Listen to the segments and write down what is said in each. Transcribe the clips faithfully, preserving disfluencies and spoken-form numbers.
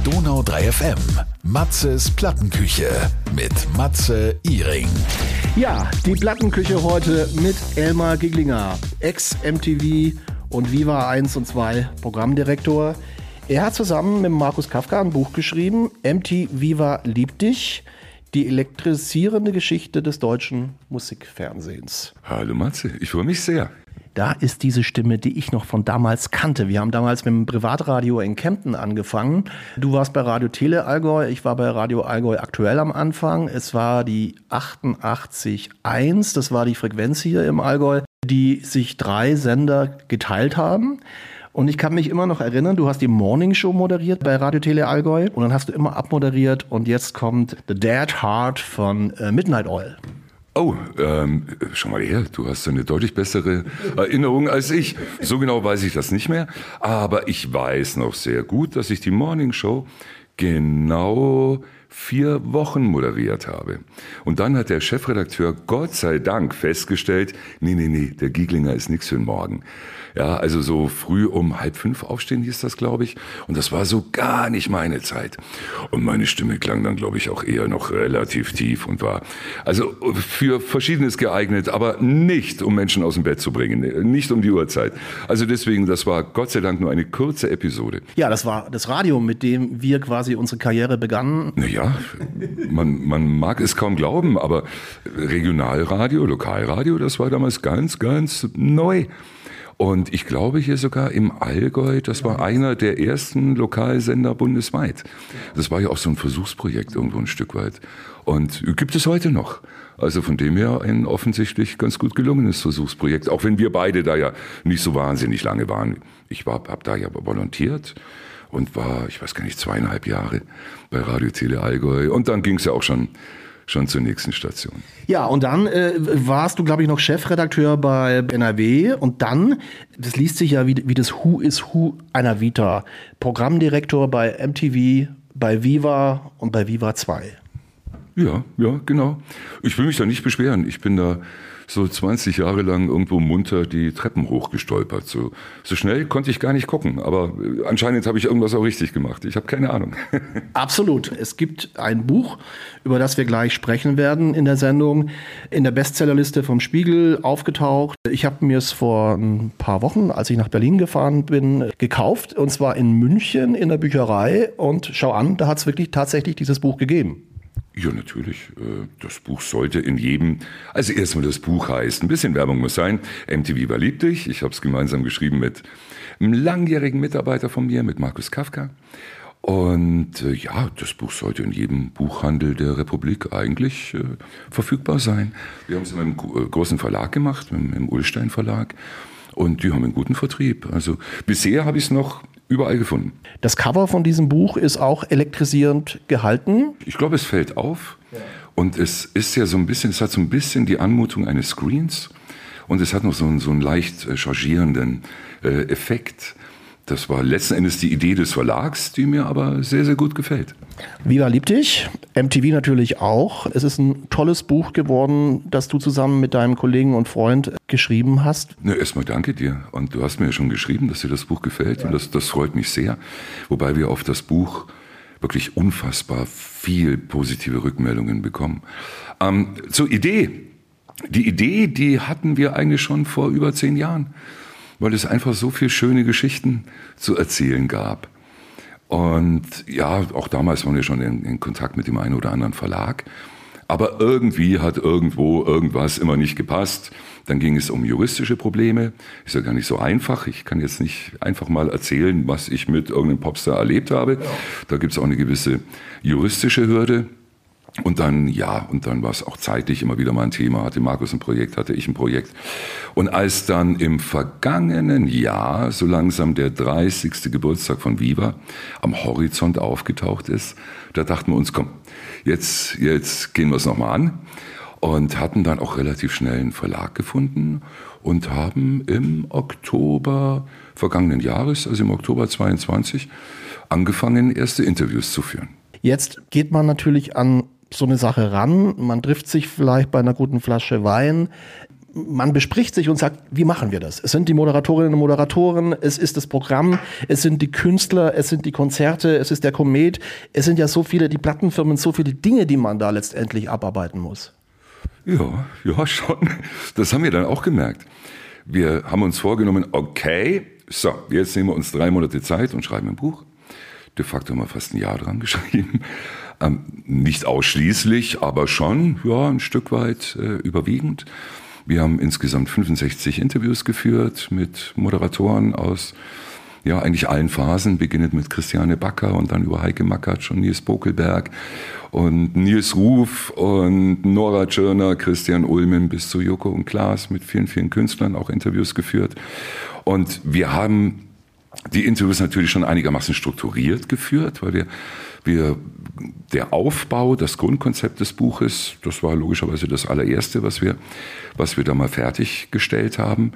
Donau drei F M. Matzes Plattenküche mit Matze Iring. Ja, die Plattenküche heute mit Elmar Giglinger, Ex-M T V und Viva eins und zwei Programmdirektor. Er hat zusammen mit Markus Kafka ein Buch geschrieben, M T V Viva liebt dich, die elektrisierende Geschichte des deutschen Musikfernsehens. Hallo Matze, ich freue mich sehr. Da ist diese Stimme, die ich noch von damals kannte. Wir haben damals mit dem Privatradio in Kempten angefangen. Du warst bei Radio Tele Allgäu, ich war bei Radio Allgäu aktuell am Anfang. Es war die achtundachtzig Komma eins, das war die Frequenz hier im Allgäu, die sich drei Sender geteilt haben. Und ich kann mich immer noch erinnern, du hast die Morning Show moderiert bei Radio Tele Allgäu und dann hast du immer abmoderiert und jetzt kommt The Dead Heart von äh, Midnight Oil. Oh, ähm, schau mal her, du hast eine deutlich bessere Erinnerung als ich. So genau weiß ich das nicht mehr, aber ich weiß noch sehr gut, dass ich die Morning Show genau vier Wochen moderiert habe. Und dann hat der Chefredakteur Gott sei Dank festgestellt, nee, nee, nee, der Giglinger ist nix für den Morgen. Ja, also so früh um halb fünf aufstehen hieß das, glaube ich. Und das war so gar nicht meine Zeit. Und meine Stimme klang dann, glaube ich, auch eher noch relativ tief und war also für Verschiedenes geeignet, aber nicht, um Menschen aus dem Bett zu bringen, nicht um die Uhrzeit. Also deswegen, das war Gott sei Dank nur eine kurze Episode. Ja, das war das Radio, mit dem wir quasi unsere Karriere begannen. Naja, man, man mag es kaum glauben, aber Regionalradio, Lokalradio, das war damals ganz, ganz neu. Und ich glaube hier sogar im Allgäu, das war einer der ersten Lokalsender bundesweit. Das war ja auch so ein Versuchsprojekt irgendwo ein Stück weit. Und gibt es heute noch. Also von dem her ein offensichtlich ganz gut gelungenes Versuchsprojekt. Auch wenn wir beide da ja nicht so wahnsinnig lange waren. Ich war, hab da ja volontiert und war, ich weiß gar nicht, zweieinhalb Jahre bei Radio Tele Allgäu. Und dann ging es ja auch schon schon zur nächsten Station. Ja, und dann äh, warst du, glaube ich, noch Chefredakteur bei N R W und dann, das liest sich ja wie, wie das Who is Who einer Vita, Programmdirektor bei M T V, bei Viva und bei Viva zwei. Ja, ja, genau. Ich will mich da nicht beschweren. Ich bin da so zwanzig Jahre lang irgendwo munter die Treppen hochgestolpert. So, so schnell konnte ich gar nicht gucken, aber anscheinend habe ich irgendwas auch richtig gemacht. Ich habe keine Ahnung. Absolut. Es gibt ein Buch, über das wir gleich sprechen werden in der Sendung, in der Bestsellerliste vom Spiegel aufgetaucht. Ich habe mir es vor ein paar Wochen, als ich nach Berlin gefahren bin, gekauft, und zwar in München in der Bücherei. Und schau an, da hat es wirklich tatsächlich dieses Buch gegeben. Ja, natürlich. Das Buch sollte in jedem, also erstmal das Buch heißt, ein bisschen Werbung muss sein, M T V Viva liebt dich. Ich habe es gemeinsam geschrieben mit einem langjährigen Mitarbeiter von mir, mit Markus Kafka. Und äh, ja, das Buch sollte in jedem Buchhandel der Republik eigentlich äh, verfügbar sein. Wir haben es in einem äh, großen Verlag gemacht, im, im Ullstein Verlag. Und die haben einen guten Vertrieb. Also bisher habe ich es noch überall gefunden. Das Cover von diesem Buch ist auch elektrisierend gehalten. Ich glaube, es fällt auf. Ja. Und es ist ja so ein bisschen, es hat so ein bisschen die Anmutung eines Screens. Und es hat noch so einen, so einen leicht äh, chargierenden äh, Effekt. Das war letzten Endes die Idee des Verlags, die mir aber sehr, sehr gut gefällt. Viva liebt dich, M T V natürlich auch. Es ist ein tolles Buch geworden, das du zusammen mit deinem Kollegen und Freund geschrieben hast. Na, erstmal danke dir. Und du hast mir ja schon geschrieben, dass dir das Buch gefällt. Ja. Und das, das freut mich sehr. Wobei wir auf das Buch wirklich unfassbar viel positive Rückmeldungen bekommen. Ähm, zur Idee. Die Idee, die hatten wir eigentlich schon vor über zehn Jahren. Weil es einfach so viele schöne Geschichten zu erzählen gab. Und ja, auch damals waren wir schon in, in Kontakt mit dem einen oder anderen Verlag. Aber irgendwie hat irgendwo irgendwas immer nicht gepasst. Dann ging es um juristische Probleme. Ist ja gar nicht so einfach. Ich kann jetzt nicht einfach mal erzählen, was ich mit irgendeinem Popstar erlebt habe. Da gibt es auch eine gewisse juristische Hürde. Und dann, ja, und dann war es auch zeitlich immer wieder mal ein Thema. Hatte Markus ein Projekt, hatte ich ein Projekt. Und als dann im vergangenen Jahr so langsam der dreißigste Geburtstag von Viva am Horizont aufgetaucht ist, da dachten wir uns, komm, jetzt, jetzt gehen wir es nochmal an. Und hatten dann auch relativ schnell einen Verlag gefunden und haben im Oktober vergangenen Jahres, also im Oktober zweiundzwanzig, angefangen, erste Interviews zu führen. Jetzt geht man natürlich an so eine Sache ran. Man trifft sich vielleicht bei einer guten Flasche Wein. man bespricht sich und sagt, wie machen wir das? Es sind die Moderatorinnen und Moderatoren, es ist das Programm, es sind die Künstler, es sind die Konzerte, es ist der Komet. Es sind ja so viele, die Plattenfirmen, so viele Dinge, die man da letztendlich abarbeiten muss. Ja, ja, schon. Das haben wir dann auch gemerkt. Wir haben uns vorgenommen, okay, so, jetzt nehmen wir uns drei Monate Zeit und schreiben ein Buch. De facto haben wir fast ein Jahr dran geschrieben. Ähm, nicht ausschließlich, aber schon, ja, ein Stück weit äh, überwiegend. Wir haben insgesamt fünfundsechzig Interviews geführt mit Moderatoren aus ja, eigentlich allen Phasen, beginnend mit Christiane Backer und dann über Heike Makatsch und Nils Bokelberg und Nils Ruf und Nora Tschirner, Christian Ulmen bis zu Joko und Klaas mit vielen, vielen Künstlern auch Interviews geführt. Und wir haben die Interviews natürlich schon einigermaßen strukturiert geführt, weil wir, wir der Aufbau, das Grundkonzept des Buches, das war logischerweise das allererste, was wir, was wir da mal fertiggestellt haben.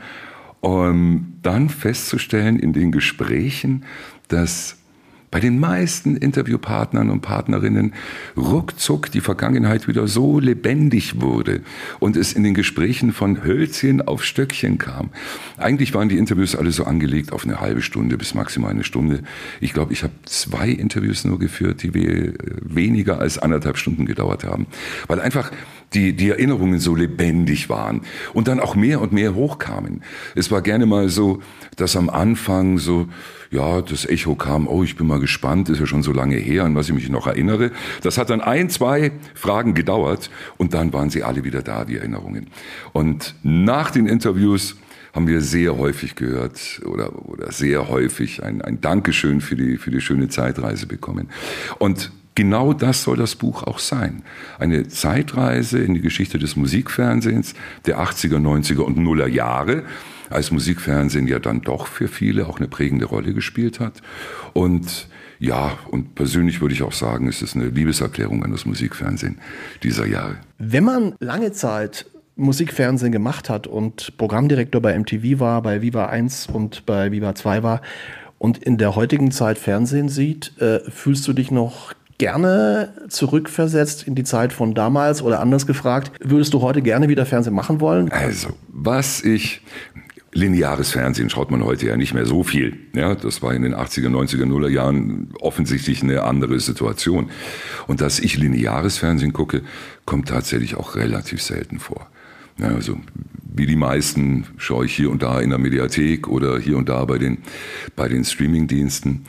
Um dann festzustellen in den Gesprächen, dass bei den meisten Interviewpartnern und Partnerinnen ruckzuck die Vergangenheit wieder so lebendig wurde und es in den Gesprächen von Hölzchen auf Stöckchen kam. Eigentlich waren die Interviews alle so angelegt auf eine halbe Stunde bis maximal eine Stunde. Ich glaube, ich habe zwei Interviews nur geführt, die weniger als anderthalb Stunden gedauert haben, weil einfach die, die Erinnerungen so lebendig waren und dann auch mehr und mehr hochkamen. Es war gerne mal so, dass am Anfang so, ja, das Echo kam, oh, ich bin mal gespannt, ist ja schon so lange her, an was ich mich noch erinnere. Das hat dann ein, zwei Fragen gedauert und dann waren sie alle wieder da, die Erinnerungen. Und nach den Interviews haben wir sehr häufig gehört oder, oder sehr häufig ein, ein Dankeschön für die, für die schöne Zeitreise bekommen. Und genau das soll das Buch auch sein. Eine Zeitreise in die Geschichte des Musikfernsehens der achtziger, neunziger und Nuller Jahre, als Musikfernsehen ja dann doch für viele auch eine prägende Rolle gespielt hat. Und ja, und persönlich würde ich auch sagen, es ist eine Liebeserklärung an das Musikfernsehen dieser Jahre. Wenn man lange Zeit Musikfernsehen gemacht hat und Programmdirektor bei M T V war, bei Viva eins und bei Viva zwei war und in der heutigen Zeit Fernsehen sieht, äh, fühlst du dich noch gerne zurückversetzt in die Zeit von damals oder anders gefragt, würdest du heute gerne wieder Fernsehen machen wollen? Also, was ich... Lineares Fernsehen schaut man heute ja nicht mehr so viel. Ja, das war in den achtziger, neunziger, Nuller Jahren offensichtlich eine andere Situation. Und dass ich lineares Fernsehen gucke, kommt tatsächlich auch relativ selten vor. Ja, also wie die meisten schaue ich hier und da in der Mediathek oder hier und da bei den, bei den Streamingdiensten.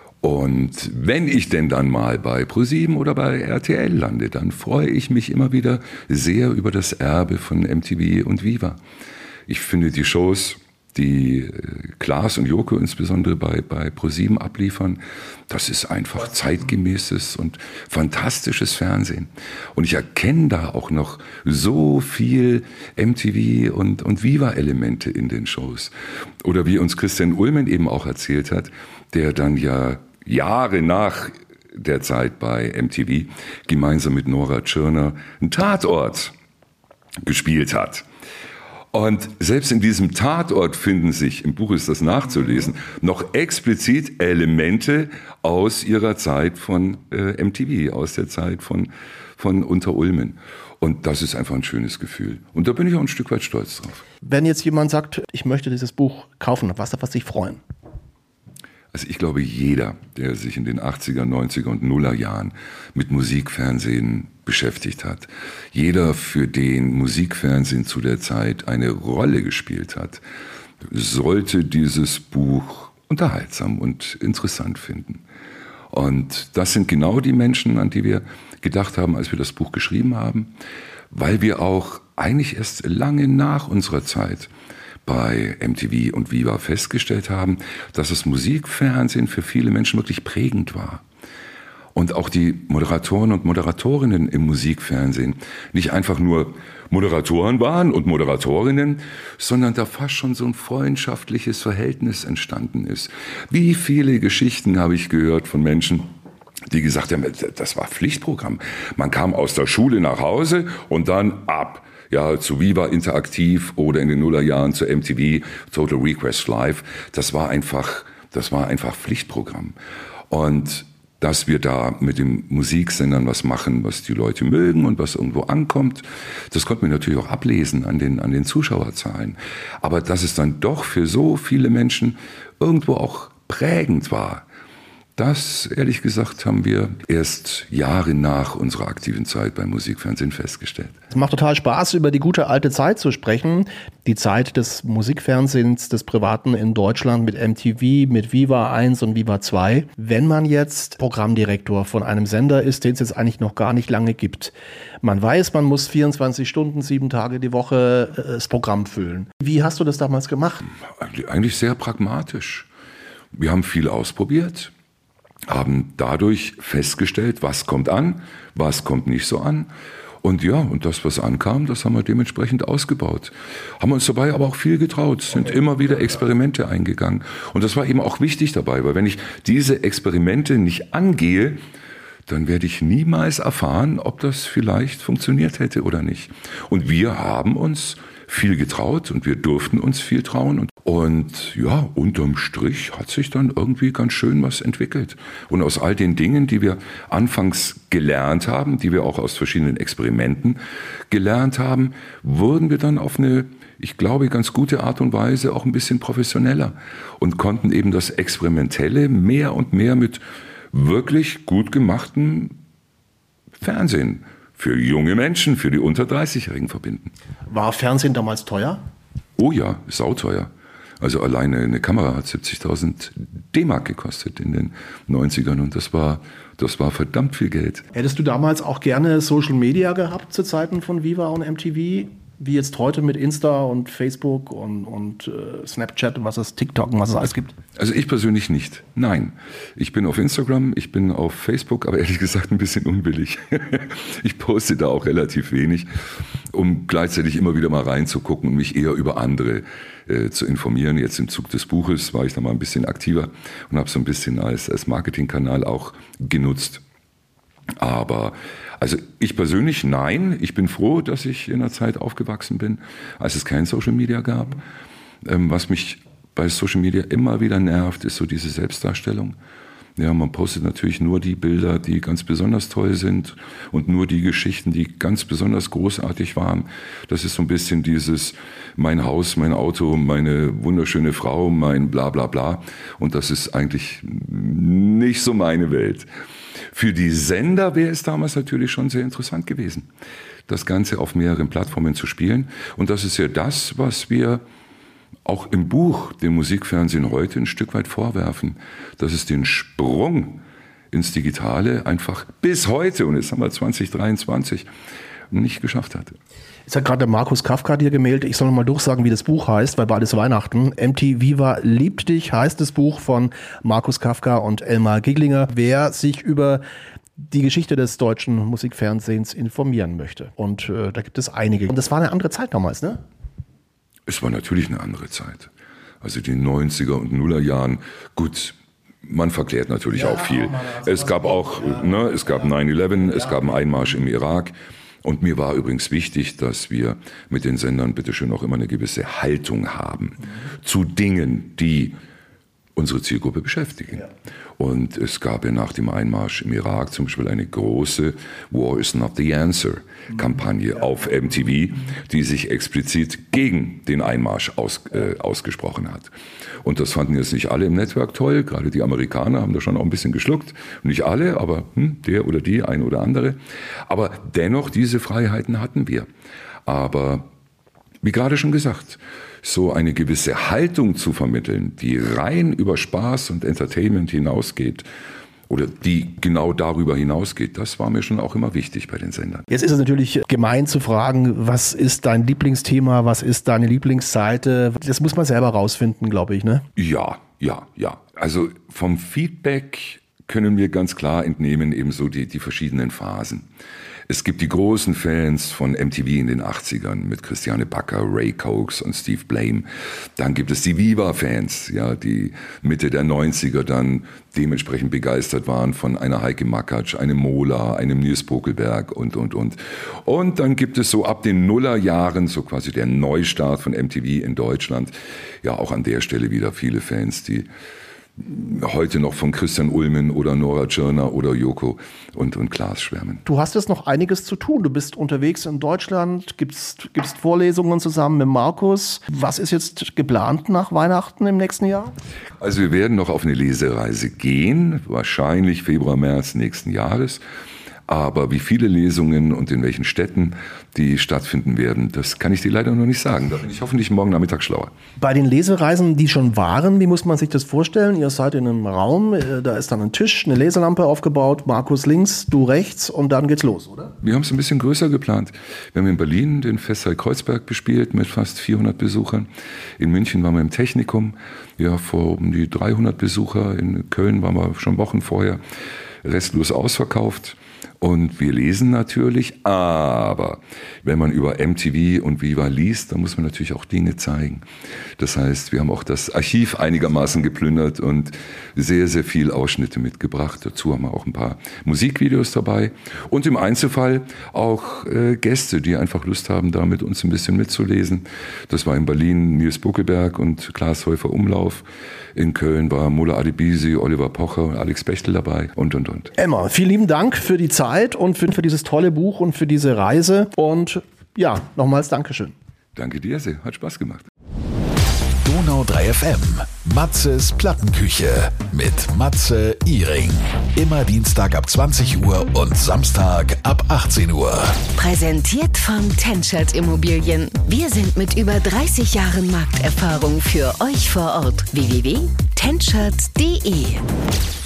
Und wenn ich denn dann mal bei ProSieben oder bei R T L lande, dann freue ich mich immer wieder sehr über das Erbe von M T V und Viva. Ich finde die Shows, die Klaas und Joko insbesondere bei, bei ProSieben abliefern, das ist einfach zeitgemäßes und fantastisches Fernsehen. Und ich erkenne da auch noch so viel M T V und, und Viva-Elemente in den Shows. Oder wie uns Christian Ulmen eben auch erzählt hat, der dann ja Jahre nach der Zeit bei M T V gemeinsam mit Nora Tschirner einen Tatort gespielt hat. Und selbst in diesem Tatort finden sich, im Buch ist das nachzulesen, noch explizit Elemente aus ihrer Zeit von äh, M T V, aus der Zeit von, von Unter-Ulmen. Und das ist einfach ein schönes Gefühl. Und da bin ich auch ein Stück weit stolz drauf. Wenn jetzt jemand sagt, ich möchte dieses Buch kaufen, auf was darf er sich freuen? Also ich glaube, jeder, der sich in den achtziger, neunziger und Nuller Jahren mit Musikfernsehen beschäftigt hat, jeder, für den Musikfernsehen zu der Zeit eine Rolle gespielt hat, sollte dieses Buch unterhaltsam und interessant finden. Und das sind genau die Menschen, an die wir gedacht haben, als wir das Buch geschrieben haben, weil wir auch eigentlich erst lange nach unserer Zeit bei M T V und Viva festgestellt haben, dass das Musikfernsehen für viele Menschen wirklich prägend war. Und auch die Moderatoren und Moderatorinnen im Musikfernsehen nicht einfach nur Moderatoren waren und Moderatorinnen, sondern da fast schon so ein freundschaftliches Verhältnis entstanden ist. Wie viele Geschichten habe ich gehört von Menschen, die gesagt haben, das war Pflichtprogramm. Man kam aus der Schule nach Hause und dann ab. Ja, zu Viva Interaktiv oder in den Nullerjahren zu M T V, Total Request Live. Das war einfach, das war einfach Pflichtprogramm. Und dass wir da mit den Musiksendern was machen, was die Leute mögen und was irgendwo ankommt. Das konnten wir natürlich auch ablesen an den, an den Zuschauerzahlen. Aber dass es dann doch für so viele Menschen irgendwo auch prägend war, das, ehrlich gesagt, haben wir erst Jahre nach unserer aktiven Zeit beim Musikfernsehen festgestellt. Es macht total Spaß, über die gute alte Zeit zu sprechen. Die Zeit des Musikfernsehens, des Privaten in Deutschland mit M T V, mit Viva eins und Viva zwei. Wenn man jetzt Programmdirektor von einem Sender ist, den es jetzt eigentlich noch gar nicht lange gibt. Man weiß, man muss vierundzwanzig Stunden, sieben Tage die Woche das Programm füllen. Wie hast du das damals gemacht? Eigentlich sehr pragmatisch. Wir haben viel ausprobiert, haben dadurch festgestellt, was kommt an, was kommt nicht so an. Und ja, und das, was ankam, das haben wir dementsprechend ausgebaut. Haben uns dabei aber auch viel getraut, sind immer wieder Experimente eingegangen. Und das war eben auch wichtig dabei, weil wenn ich diese Experimente nicht angehe, dann werde ich niemals erfahren, ob das vielleicht funktioniert hätte oder nicht. Und wir haben uns viel getraut und wir durften uns viel trauen. Und, und ja, unterm Strich hat sich dann irgendwie ganz schön was entwickelt. Und aus all den Dingen, die wir anfangs gelernt haben, die wir auch aus verschiedenen Experimenten gelernt haben, wurden wir dann auf eine, ich glaube, ganz gute Art und Weise auch ein bisschen professioneller und konnten eben das Experimentelle mehr und mehr mit wirklich gut gemachtem Fernsehen für junge Menschen, für die unter dreißig-Jährigen verbinden. War Fernsehen damals teuer? Oh ja, sauteuer. Also alleine eine Kamera hat siebzigtausend D-Mark gekostet in den neunzigern und das war, das war verdammt viel Geld. Hättest du damals auch gerne Social Media gehabt zu Zeiten von Viva und M T V? Wie jetzt heute mit Insta und Facebook und, und äh, Snapchat und was es, TikTok und was es alles gibt? Also ich persönlich nicht. Nein. Ich bin auf Instagram, ich bin auf Facebook, aber ehrlich gesagt ein bisschen unbillig. Ich poste da auch relativ wenig, um gleichzeitig immer wieder mal reinzugucken und mich eher über andere äh, zu informieren. Jetzt im Zug des Buches war ich da mal ein bisschen aktiver und habe so ein bisschen als, als Marketingkanal auch genutzt. Aber also ich persönlich, nein. Ich bin froh, dass ich in einer Zeit aufgewachsen bin, als es kein Social Media gab. Ähm, was mich bei Social Media immer wieder nervt, ist so diese Selbstdarstellung. Ja, man postet natürlich nur die Bilder, die ganz besonders toll sind und nur die Geschichten, die ganz besonders großartig waren. Das ist so ein bisschen dieses mein Haus, mein Auto, meine wunderschöne Frau, mein bla bla bla. Und das ist eigentlich nicht so meine Welt. Für die Sender wäre es damals natürlich schon sehr interessant gewesen, das Ganze auf mehreren Plattformen zu spielen. Und das ist ja das, was wir auch im Buch dem Musikfernsehen heute ein Stück weit vorwerfen, dass es den Sprung ins Digitale einfach bis heute, und jetzt haben wir zwanzig dreiundzwanzig, nicht geschafft hat. Jetzt hat gerade der Markus Kafka dir gemeldet, ich soll noch mal durchsagen, wie das Buch heißt, weil bald ist Weihnachten. M T Viva liebt dich heißt das Buch von Markus Kafka und Elmar Giglinger. Wer sich über die Geschichte des deutschen Musikfernsehens informieren möchte. Und äh, da gibt es einige. Und das war eine andere Zeit damals, ne? Es war natürlich eine andere Zeit. Also die neunziger und Nullerjahren, gut, man verklärt natürlich ja, auch viel. Es gab auch, ja, ne, es gab ja. neun elf, es gab einen Einmarsch im Irak. Und mir war übrigens wichtig, dass wir mit den Sendern bitteschön auch immer eine gewisse Haltung haben mhm. zu Dingen, die unsere Zielgruppe beschäftigen. Ja. Und es gab ja nach dem Einmarsch im Irak zum Beispiel eine große War is not the answer Kampagne ja. auf M T V, die sich explizit gegen den Einmarsch aus, äh, ausgesprochen hat. Und das fanden jetzt nicht alle im Netzwerk toll, gerade die Amerikaner haben da schon auch ein bisschen geschluckt. Nicht alle, aber hm, der oder die, eine oder andere. Aber dennoch, diese Freiheiten hatten wir. Aber wie gerade schon gesagt, so eine gewisse Haltung zu vermitteln, die rein über Spaß und Entertainment hinausgeht oder die genau darüber hinausgeht, das war mir schon auch immer wichtig bei den Sendern. Jetzt ist es natürlich gemein zu fragen, was ist dein Lieblingsthema, was ist deine Lieblingsseite? Das muss man selber rausfinden, glaube ich, ne? Ja, ja, ja. Also vom Feedback können wir ganz klar entnehmen eben so die, die verschiedenen Phasen. Es gibt die großen Fans von M T V in den achtzigern mit Christiane Backer, Ray Cox und Steve Blame. Dann gibt es die Viva-Fans, ja, die Mitte der neunziger dann dementsprechend begeistert waren von einer Heike Makatsch, einem Mola, einem Nils Bokelberg und, und, und. Und dann gibt es so ab den Nullerjahren, so quasi der Neustart von M T V in Deutschland, ja auch an der Stelle wieder viele Fans, die heute noch von Christian Ulmen oder Nora Tschirner oder Joko und, und Klaas schwärmen. Du hast jetzt noch einiges zu tun. Du bist unterwegs in Deutschland, gibst, gibst Vorlesungen zusammen mit Markus. Was ist jetzt geplant nach Weihnachten im nächsten Jahr? Also wir werden noch auf eine Lesereise gehen, wahrscheinlich Februar, März nächsten Jahres. Aber wie viele Lesungen und in welchen Städten die stattfinden werden, das kann ich dir leider noch nicht sagen. Da bin ich hoffentlich morgen Nachmittag schlauer. Bei den Lesereisen, die schon waren, wie muss man sich das vorstellen? Ihr seid in einem Raum, da ist dann ein Tisch, eine Leselampe aufgebaut, Markus links, du rechts und dann geht's los, oder? Wir haben es ein bisschen größer geplant. Wir haben in Berlin den Festsaal Kreuzberg bespielt mit fast vierhundert Besuchern. In München waren wir im Technikum, ja, vor um die dreihundert Besucher. In Köln waren wir schon Wochen vorher restlos ausverkauft. Und wir lesen natürlich, aber wenn man über M T V und Viva liest, dann muss man natürlich auch Dinge zeigen. Das heißt, wir haben auch das Archiv einigermaßen geplündert und sehr, sehr viel Ausschnitte mitgebracht. Dazu haben wir auch ein paar Musikvideos dabei und im Einzelfall auch äh, Gäste, die einfach Lust haben, da mit uns ein bisschen mitzulesen. Das war in Berlin Nils Buckelberg und Klaas Häufer-Umlauf. In Köln war Mola Adebisi, Oliver Pocher und Alex Bechtel dabei und, und, und. Emma, vielen lieben Dank für die Zeit und für, für dieses tolle Buch und für diese Reise. Und ja, nochmals Dankeschön. Danke dir, sehr. Hat Spaß gemacht. Donau drei F M. Matzes Plattenküche mit Matze Iring. Immer Dienstag ab zwanzig Uhr und Samstag ab achtzehn Uhr. Präsentiert von Tenschert Immobilien. Wir sind mit über dreißig Jahren Markterfahrung für euch vor Ort. w w w punkt tenschert punkt d e